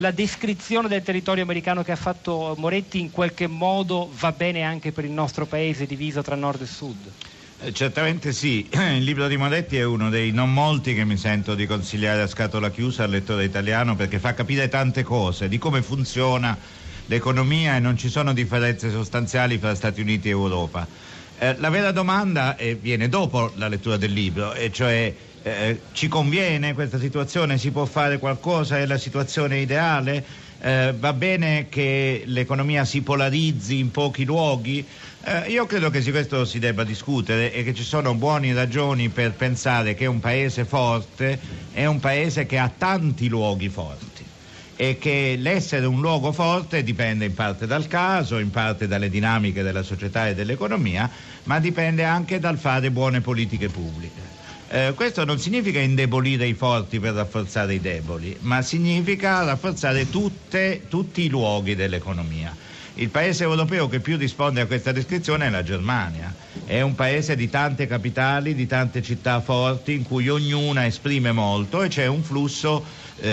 La descrizione del territorio americano che ha fatto Moretti in qualche modo va bene anche per il nostro paese diviso tra nord e sud? Certamente sì, il libro di Moretti è uno dei non molti che mi sento di consigliare a scatola chiusa al lettore italiano, perché fa capire tante cose di come funziona l'economia e non ci sono differenze sostanziali fra Stati Uniti e Europa. La vera domanda viene dopo la lettura del libro, e cioè ci conviene questa situazione? Si può fare qualcosa? È la situazione ideale? Va bene che l'economia si polarizzi in pochi luoghi? Io credo che su questo si debba discutere e che ci sono buone ragioni per pensare che un paese forte è un paese che ha tanti luoghi forti e che l'essere un luogo forte dipende in parte dal caso, in parte dalle dinamiche della società e dell'economia, ma dipende anche dal fare buone politiche pubbliche. Questo non significa indebolire i forti per rafforzare i deboli, ma significa rafforzare tutti i luoghi dell'economia. Il paese europeo che più risponde a questa descrizione è la Germania. È un paese di tante capitali, di tante città forti, in cui ognuna esprime molto e c'è un flusso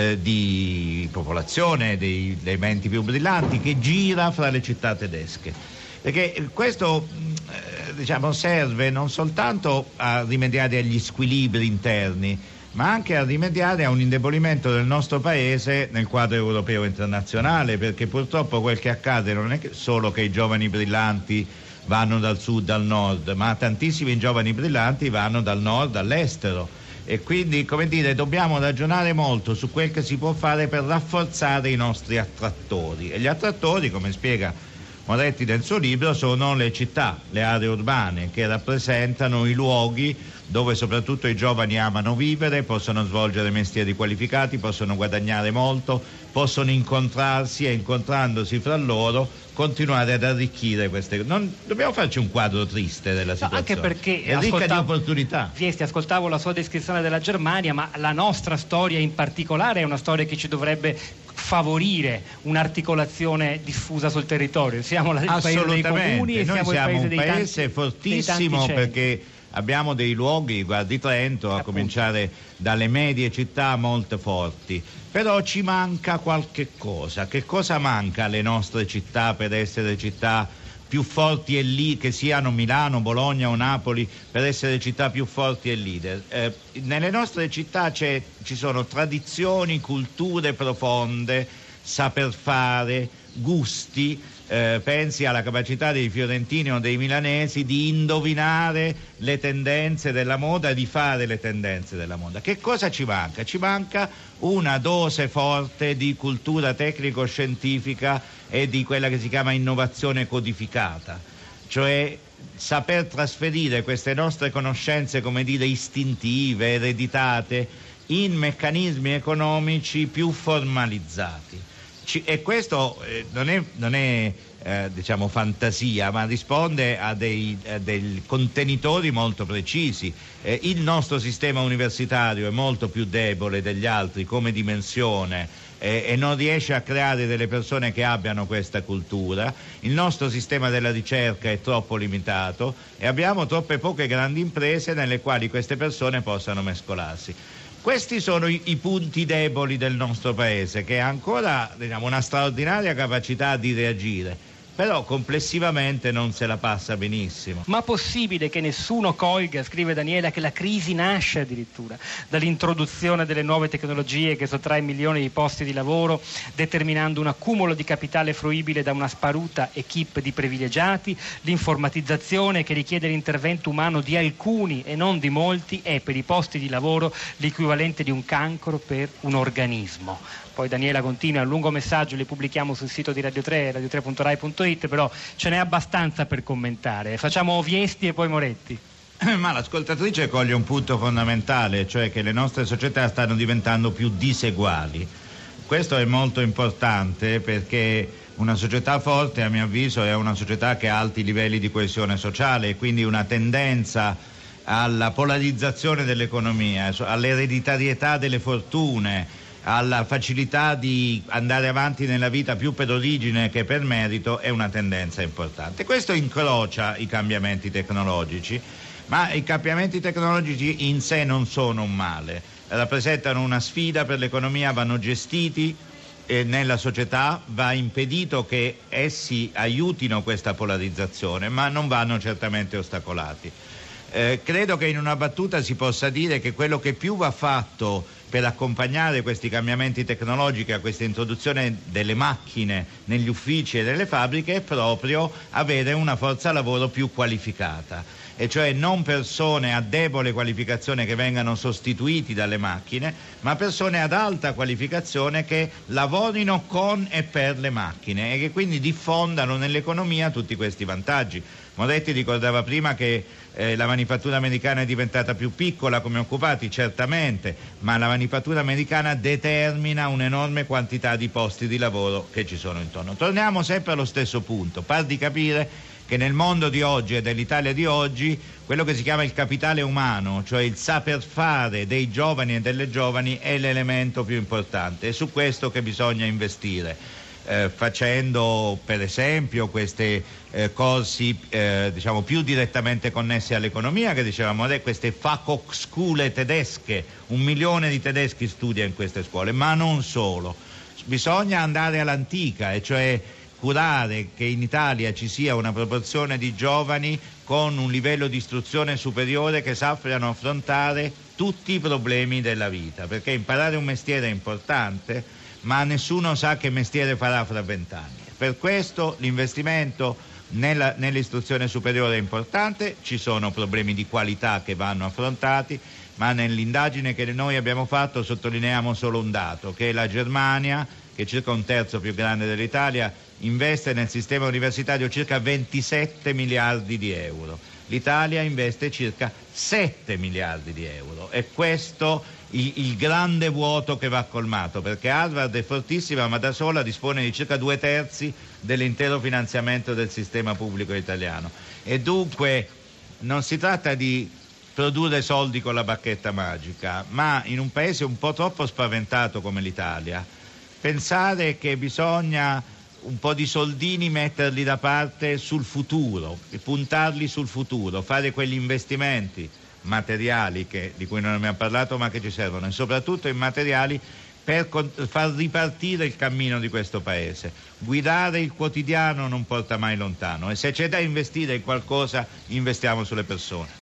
di popolazione, dei menti più brillanti, che gira fra le città tedesche. Perché questo serve non soltanto a rimediare agli squilibri interni, ma anche a rimediare a un indebolimento del nostro paese nel quadro europeo internazionale, perché purtroppo quel che accade non è solo che i giovani brillanti vanno dal sud al nord, ma tantissimi giovani brillanti vanno dal nord all'estero, e quindi, come dire, dobbiamo ragionare molto su quel che si può fare per rafforzare i nostri attrattori, e gli attrattori, come spiega Moretti nel suo libro, sono le città, le aree urbane, che rappresentano i luoghi dove soprattutto i giovani amano vivere, possono svolgere mestieri qualificati, possono guadagnare molto, possono incontrarsi e, incontrandosi fra loro, continuare ad arricchire queste. Non dobbiamo farci un quadro triste della situazione. No, anche perché è ricca di opportunità. Viesti, ascoltavo la sua descrizione della Germania, ma la nostra storia in particolare è una storia che ci dovrebbe favorire un'articolazione diffusa sul territorio. Siamo il paese dei comuni e noi siamo un paese fortissimo, perché abbiamo dei luoghi, guardi Trento, a cominciare dalle medie città molto forti, però ci manca qualche cosa. Che cosa manca alle nostre città per essere città più forti e lì, che siano Milano, Bologna o Napoli, per essere città più forti e leader? Nelle nostre città ci sono tradizioni, culture profonde, saper fare, gusti. Pensi alla capacità dei fiorentini o dei milanesi di indovinare le tendenze della moda e di fare le tendenze della moda. Che cosa ci manca? Ci manca una dose forte di cultura tecnico-scientifica e di quella che si chiama innovazione codificata, cioè saper trasferire queste nostre conoscenze, come dire, istintive, ereditate, in meccanismi economici più formalizzati. E questo non è fantasia, ma risponde a dei contenitori molto precisi. Il nostro sistema universitario è molto più debole degli altri come dimensione e non riesce a creare delle persone che abbiano questa cultura. Il nostro sistema della ricerca è troppo limitato e abbiamo troppe poche grandi imprese nelle quali queste persone possano mescolarsi. Questi sono i punti deboli del nostro paese, che ha ancora una straordinaria capacità di reagire, però complessivamente non se la passa benissimo. Ma possibile che nessuno colga, scrive Daniela, che la crisi nasce addirittura dall'introduzione delle nuove tecnologie che sottrae milioni di posti di lavoro, determinando un accumulo di capitale fruibile da una sparuta equipe di privilegiati? L'informatizzazione, che richiede l'intervento umano di alcuni e non di molti, è per i posti di lavoro l'equivalente di un cancro per un organismo. Poi Daniela continua, un lungo messaggio, li pubblichiamo sul sito di Radio 3, radio3.rai.it, però ce n'è abbastanza per commentare. Facciamo Viesti e poi Moretti. Ma l'ascoltatrice coglie un punto fondamentale, cioè che le nostre società stanno diventando più diseguali. Questo è molto importante, perché una società forte, a mio avviso, è una società che ha alti livelli di coesione sociale e quindi una tendenza alla polarizzazione dell'economia, all'ereditarietà delle fortune, alla facilità di andare avanti nella vita più per origine che per merito, è una tendenza importante. Questo incrocia i cambiamenti tecnologici, ma i cambiamenti tecnologici in sé non sono un male, rappresentano una sfida per l'economia, vanno gestiti nella società, va impedito che essi aiutino questa polarizzazione, ma non vanno certamente ostacolati. Credo che in una battuta si possa dire che quello che più va fatto per accompagnare questi cambiamenti tecnologici a questa introduzione delle macchine negli uffici e nelle fabbriche è proprio avere una forza lavoro più qualificata, e cioè non persone a debole qualificazione che vengano sostituiti dalle macchine, ma persone ad alta qualificazione che lavorino con e per le macchine e che quindi diffondano nell'economia tutti questi vantaggi. Moretti ricordava prima che la manifattura americana è diventata più piccola come occupati, certamente, ma la manifattura americana determina un'enorme quantità di posti di lavoro che ci sono intorno. Torniamo sempre allo stesso punto, par di capire che nel mondo di oggi e dell'Italia di oggi quello che si chiama il capitale umano, cioè il saper fare dei giovani e delle giovani, è l'elemento più importante. È su questo che bisogna investire. Facendo per esempio questi corsi diciamo più direttamente connessi all'economia, che dicevamo queste Fachhochschule tedesche, 1 milione di tedeschi studia in queste scuole, ma non solo. Bisogna andare all'antica, e cioè curare che in Italia ci sia una proporzione di giovani con un livello di istruzione superiore che sappiano affrontare tutti i problemi della vita, perché imparare un mestiere è importante, ma nessuno sa che mestiere farà fra 20 anni. Per questo l'investimento nell'istruzione superiore è importante, ci sono problemi di qualità che vanno affrontati, ma nell'indagine che noi abbiamo fatto sottolineiamo solo un dato, che la Germania, che è circa 1/3 più grande dell'Italia, investe nel sistema universitario circa 27 miliardi di euro. L'Italia investe circa 7 miliardi di euro. E questo il grande vuoto che va colmato, perché Harvard è fortissima, ma da sola dispone di circa 2/3 dell'intero finanziamento del sistema pubblico italiano. E dunque non si tratta di produrre soldi con la bacchetta magica, ma in un paese un po' troppo spaventato come l'Italia, pensare che bisogna un po' di soldini metterli da parte sul futuro, puntarli sul futuro, fare quegli investimenti materiali di cui non abbiamo parlato ma che ci servono, e soprattutto immateriali, per far ripartire il cammino di questo paese. Guidare il quotidiano non porta mai lontano, e se c'è da investire in qualcosa investiamo sulle persone.